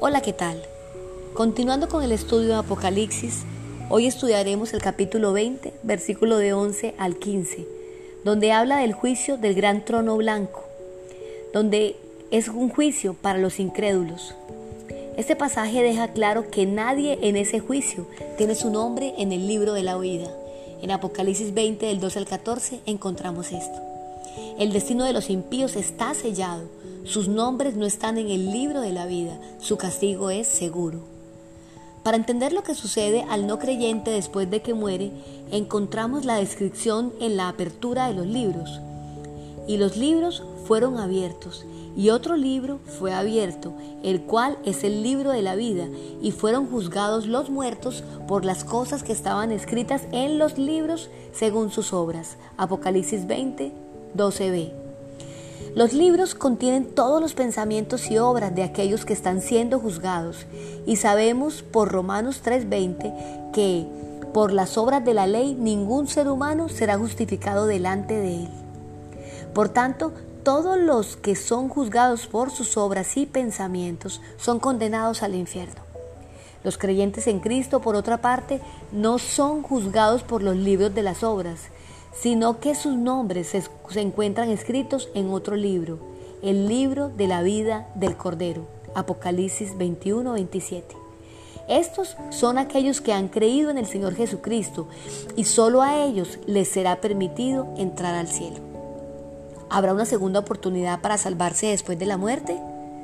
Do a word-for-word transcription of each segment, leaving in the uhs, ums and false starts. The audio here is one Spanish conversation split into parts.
Hola, ¿qué tal? Continuando con el estudio de Apocalipsis, hoy estudiaremos el capítulo veinte, versículo de once al quince, donde habla del juicio del gran trono blanco, donde es un juicio para los incrédulos. Este pasaje deja claro que nadie en ese juicio tiene su nombre en el libro de la vida. En Apocalipsis veinte, del doce al catorce, encontramos esto. El destino de los impíos está sellado. Sus nombres no están en el libro de la vida. Su castigo es seguro. Para entender lo que sucede al no creyente después de que muere, encontramos la descripción en la apertura de los libros. Y los libros fueron abiertos, y otro libro fue abierto, el cual es el libro de la vida, y fueron juzgados los muertos por las cosas que estaban escritas en los libros según sus obras. Apocalipsis veinte, doce b. Los libros contienen todos los pensamientos y obras de aquellos que están siendo juzgados, y sabemos por Romanos tres veinte que por las obras de la ley ningún ser humano será justificado delante de él. Por tanto, todos los que son juzgados por sus obras y pensamientos son condenados al infierno. Los creyentes en Cristo, por otra parte, no son juzgados por los libros de las obras, sino que sus nombres se, se encuentran escritos en otro libro, el libro de la vida del Cordero. Apocalipsis veintiuno veintisiete. Estos son aquellos que han creído en el Señor Jesucristo, y solo a ellos les será permitido entrar al cielo. ¿Habrá una segunda oportunidad para salvarse después de la muerte?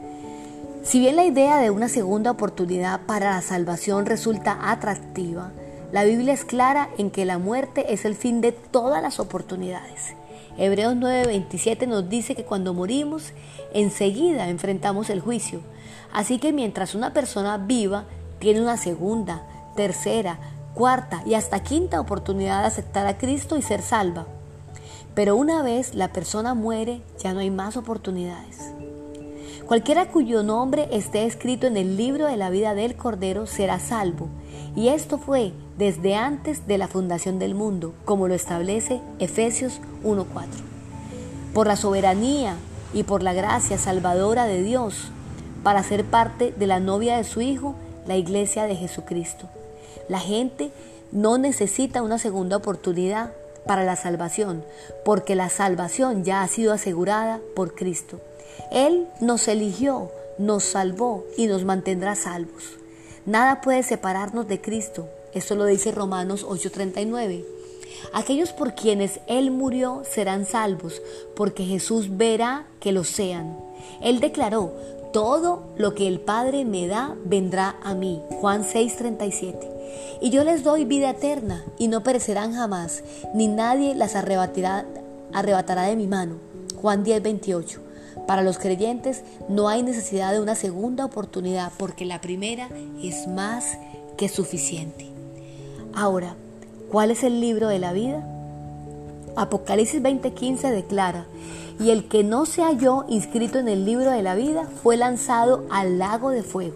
Si bien la idea de una segunda oportunidad para la salvación resulta atractiva, la Biblia es clara en que la muerte es el fin de todas las oportunidades. Hebreos nueve veintisiete nos dice que cuando morimos, enseguida enfrentamos el juicio. Así que mientras una persona viva tiene una segunda, tercera, cuarta y hasta quinta oportunidad de aceptar a Cristo y ser salva. Pero una vez la persona muere, ya no hay más oportunidades. Cualquiera cuyo nombre esté escrito en el libro de la vida del Cordero será salvo. Y esto fue desde antes de la fundación del mundo, como lo establece Efesios uno cuatro. Por la soberanía y por la gracia salvadora de Dios, para ser parte de la novia de su Hijo, la Iglesia de Jesucristo. La gente no necesita una segunda oportunidad para la salvación, porque la salvación ya ha sido asegurada por Cristo. Él nos eligió, nos salvó y nos mantendrá salvos. Nada puede separarnos de Cristo. Esto lo dice Romanos ocho treinta y nueve. Aquellos por quienes Él murió serán salvos, porque Jesús verá que lo sean. Él declaró: todo lo que el Padre me da vendrá a mí. Juan seis treinta y siete. Y yo les doy vida eterna, y no perecerán jamás, ni nadie las arrebatará, arrebatará de mi mano. Juan diez veintiocho. Para los creyentes no hay necesidad de una segunda oportunidad, porque la primera es más que suficiente. Ahora, ¿cuál es el libro de la vida? Apocalipsis veinte quince declara: y el que no se halló inscrito en el libro de la vida fue lanzado al lago de fuego.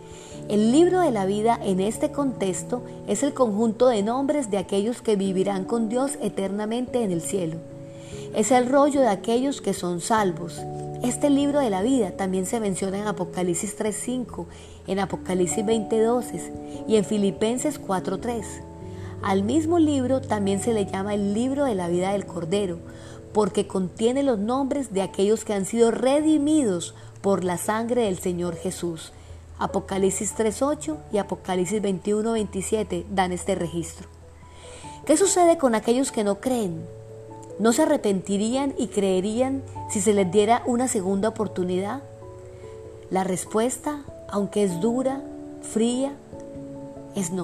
El libro de la vida en este contexto es el conjunto de nombres de aquellos que vivirán con Dios eternamente en el cielo. Es el rollo de aquellos que son salvos. Este libro de la vida también se menciona en Apocalipsis tres cinco, en Apocalipsis veinte doce y en Filipenses cuatro tres. Al mismo libro también se le llama el libro de la vida del Cordero, porque contiene los nombres de aquellos que han sido redimidos por la sangre del Señor Jesús. Apocalipsis tres ocho y Apocalipsis veintiuno veintisiete dan este registro. ¿Qué sucede con aquellos que no creen? ¿No se arrepentirían y creerían si se les diera una segunda oportunidad? La respuesta, aunque es dura, fría, es no.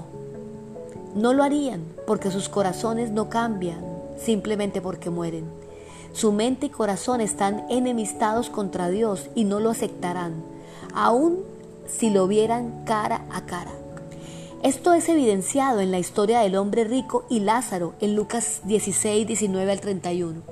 No lo harían porque sus corazones no cambian simplemente porque mueren. Su mente y corazón están enemistados contra Dios y no lo aceptarán, aun si lo vieran cara a cara. Esto es evidenciado en la historia del hombre rico y Lázaro en Lucas dieciséis, diecinueve al treinta y uno.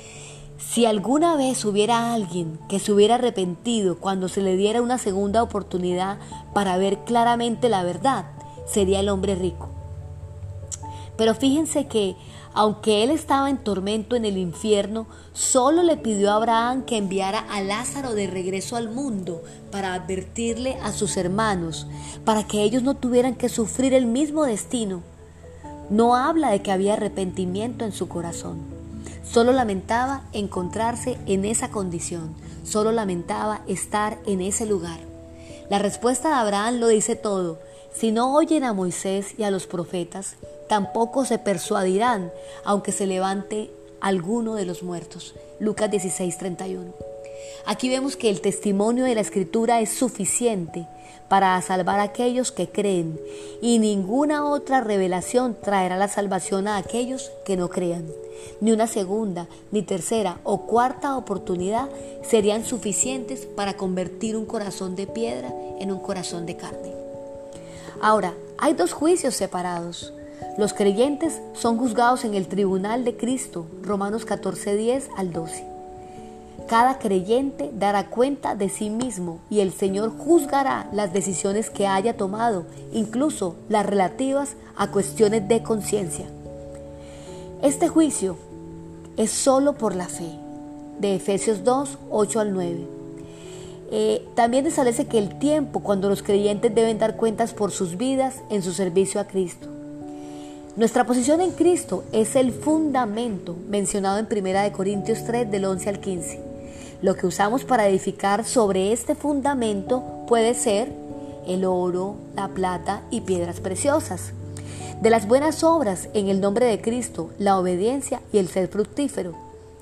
Si alguna vez hubiera alguien que se hubiera arrepentido cuando se le diera una segunda oportunidad para ver claramente la verdad, sería el hombre rico. Pero fíjense que Aunque él estaba en tormento en el infierno, solo le pidió a Abraham que enviara a Lázaro de regreso al mundo para advertirle a sus hermanos, para que ellos no tuvieran que sufrir el mismo destino. No habla de que había arrepentimiento en su corazón. Solo lamentaba encontrarse en esa condición. Solo lamentaba estar en ese lugar. La respuesta de Abraham lo dice todo. Si no oyen a Moisés y a los profetas, tampoco se persuadirán, aunque se levante alguno de los muertos. Lucas dieciséis, treinta y uno. Aquí vemos que el testimonio de la Escritura es suficiente para salvar a aquellos que creen, y ninguna otra revelación traerá la salvación a aquellos que no crean. Ni una segunda, ni tercera o cuarta oportunidad serían suficientes para convertir un corazón de piedra en un corazón de carne. Ahora, hay dos juicios separados. Los creyentes son juzgados en el tribunal de Cristo, Romanos catorce, diez al doce. Cada creyente dará cuenta de sí mismo y el Señor juzgará las decisiones que haya tomado, incluso las relativas a cuestiones de conciencia. Este juicio es solo por la fe, de Efesios dos, ocho al nueve. Eh, también establece que el tiempo cuando los creyentes deben dar cuentas por sus vidas en su servicio a Cristo. Nuestra posición en Cristo es el fundamento mencionado en primera de Corintios tres del once al quince. Lo que usamos para edificar sobre este fundamento puede ser el oro, la plata y piedras preciosas. De las buenas obras en el nombre de Cristo, la obediencia y el ser fructífero.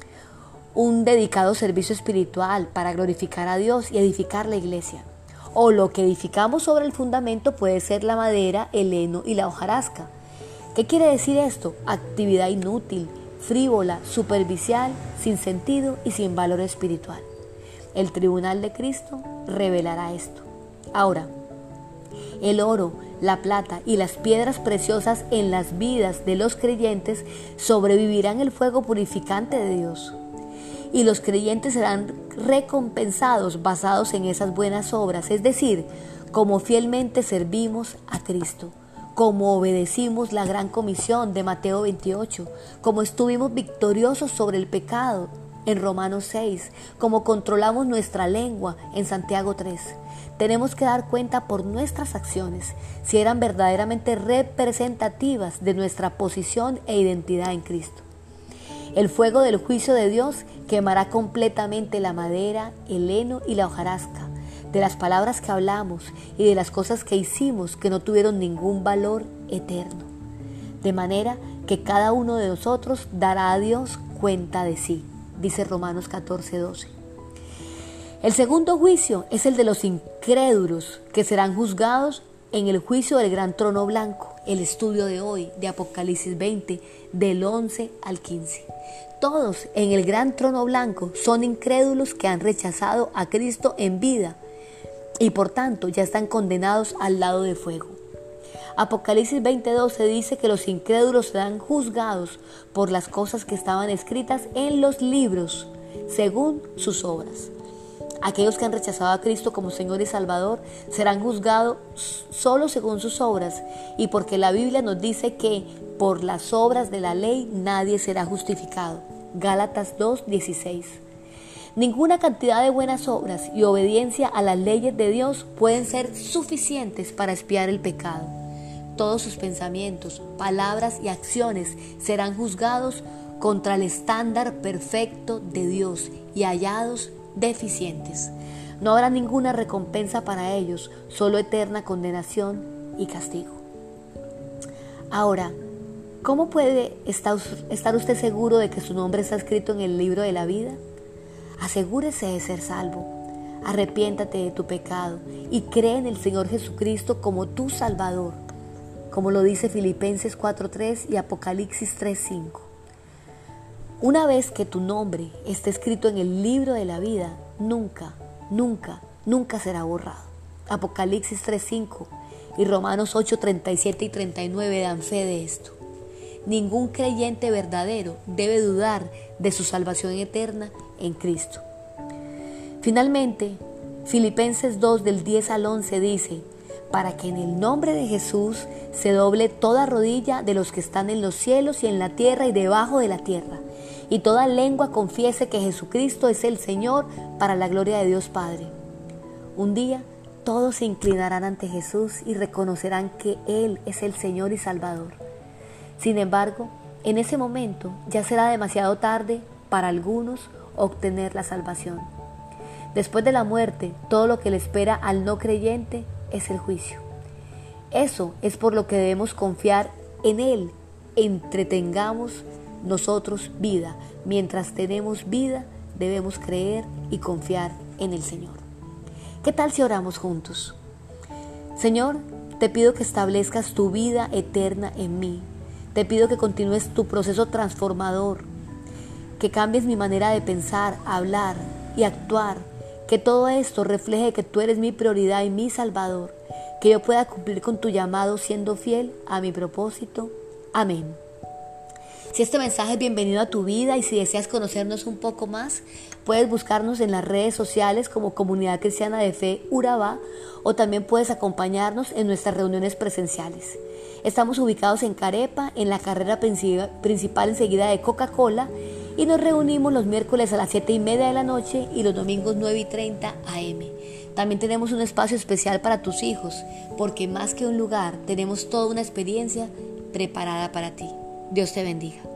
Un dedicado servicio espiritual para glorificar a Dios y edificar la iglesia. O lo que edificamos sobre el fundamento puede ser la madera, el heno y la hojarasca. ¿Qué quiere decir esto? Actividad inútil, frívola, superficial, sin sentido y sin valor espiritual. El tribunal de Cristo revelará esto. Ahora, el oro, la plata y las piedras preciosas en las vidas de los creyentes sobrevivirán el fuego purificante de Dios. Y los creyentes serán recompensados basados en esas buenas obras, es decir, como fielmente servimos a Cristo, como obedecimos la gran comisión de Mateo veintiocho, como estuvimos victoriosos sobre el pecado en Romanos seis, como controlamos nuestra lengua en Santiago tres. Tenemos que dar cuenta por nuestras acciones si eran verdaderamente representativas de nuestra posición e identidad en Cristo. El fuego del juicio de Dios quemará completamente la madera, el heno y la hojarasca, de las palabras que hablamos y de las cosas que hicimos que no tuvieron ningún valor eterno. De manera que cada uno de nosotros dará a Dios cuenta de sí, dice Romanos catorce, doce. El segundo juicio es el de los incrédulos, que serán juzgados en el juicio del gran trono blanco. El estudio de hoy de Apocalipsis veinte, del once al quince. Todos en el gran trono blanco son incrédulos que han rechazado a Cristo en vida y por tanto ya están condenados al lado de fuego. Apocalipsis veinte, doce dice que los incrédulos serán juzgados por las cosas que estaban escritas en los libros según sus obras. Aquellos que han rechazado a Cristo como Señor y Salvador serán juzgados solo según sus obras, y porque la Biblia nos dice que por las obras de la ley nadie será justificado. Gálatas dos, dieciséis. Ninguna cantidad de buenas obras y obediencia a las leyes de Dios pueden ser suficientes para expiar el pecado. Todos sus pensamientos, palabras y acciones serán juzgados contra el estándar perfecto de Dios y hallados deficientes. No habrá ninguna recompensa para ellos, solo eterna condenación y castigo. Ahora, ¿cómo puede estar usted seguro de que su nombre está escrito en el libro de la vida? Asegúrese de ser salvo. Arrepiéntate de tu pecado y cree en el Señor Jesucristo como tu Salvador, como lo dice Filipenses cuatro, tres y Apocalipsis tres, cinco. Una vez que tu nombre esté escrito en el libro de la vida, nunca, nunca, nunca será borrado. Apocalipsis tres, cinco y Romanos ocho, treinta y siete y treinta y nueve dan fe de esto. Ningún creyente verdadero debe dudar de su salvación eterna en Cristo. Finalmente, Filipenses dos del diez al once dice: para que en el nombre de Jesús se doble toda rodilla de los que están en los cielos y en la tierra y debajo de la tierra, y toda lengua confiese que Jesucristo es el Señor, para la gloria de Dios Padre. Un día todos se inclinarán ante Jesús y reconocerán que Él es el Señor y Salvador. Sin embargo, en ese momento ya será demasiado tarde para algunos obtener la salvación. Después de la muerte, todo lo que le espera al no creyente es el juicio. Eso es por lo que debemos confiar en Él. Entretengamos nosotros vida. Mientras tenemos vida, debemos creer y confiar en el Señor. ¿Qué tal si oramos juntos? Señor, te pido que establezcas tu vida eterna en mí. Te pido que continúes tu proceso transformador, que cambies mi manera de pensar, hablar y actuar, que todo esto refleje que tú eres mi prioridad y mi Salvador, que yo pueda cumplir con tu llamado siendo fiel a mi propósito. Amén. Si este mensaje es bienvenido a tu vida y si deseas conocernos un poco más, puedes buscarnos en las redes sociales como Comunidad Cristiana de Fe Urabá, o también puedes acompañarnos en nuestras reuniones presenciales. Estamos ubicados en Carepa, en la carrera principal enseguida de Coca-Cola, y nos reunimos los miércoles a las siete y media de la noche y los domingos nueve y treinta a eme. También tenemos un espacio especial para tus hijos, porque más que un lugar, tenemos toda una experiencia preparada para ti. Dios te bendiga.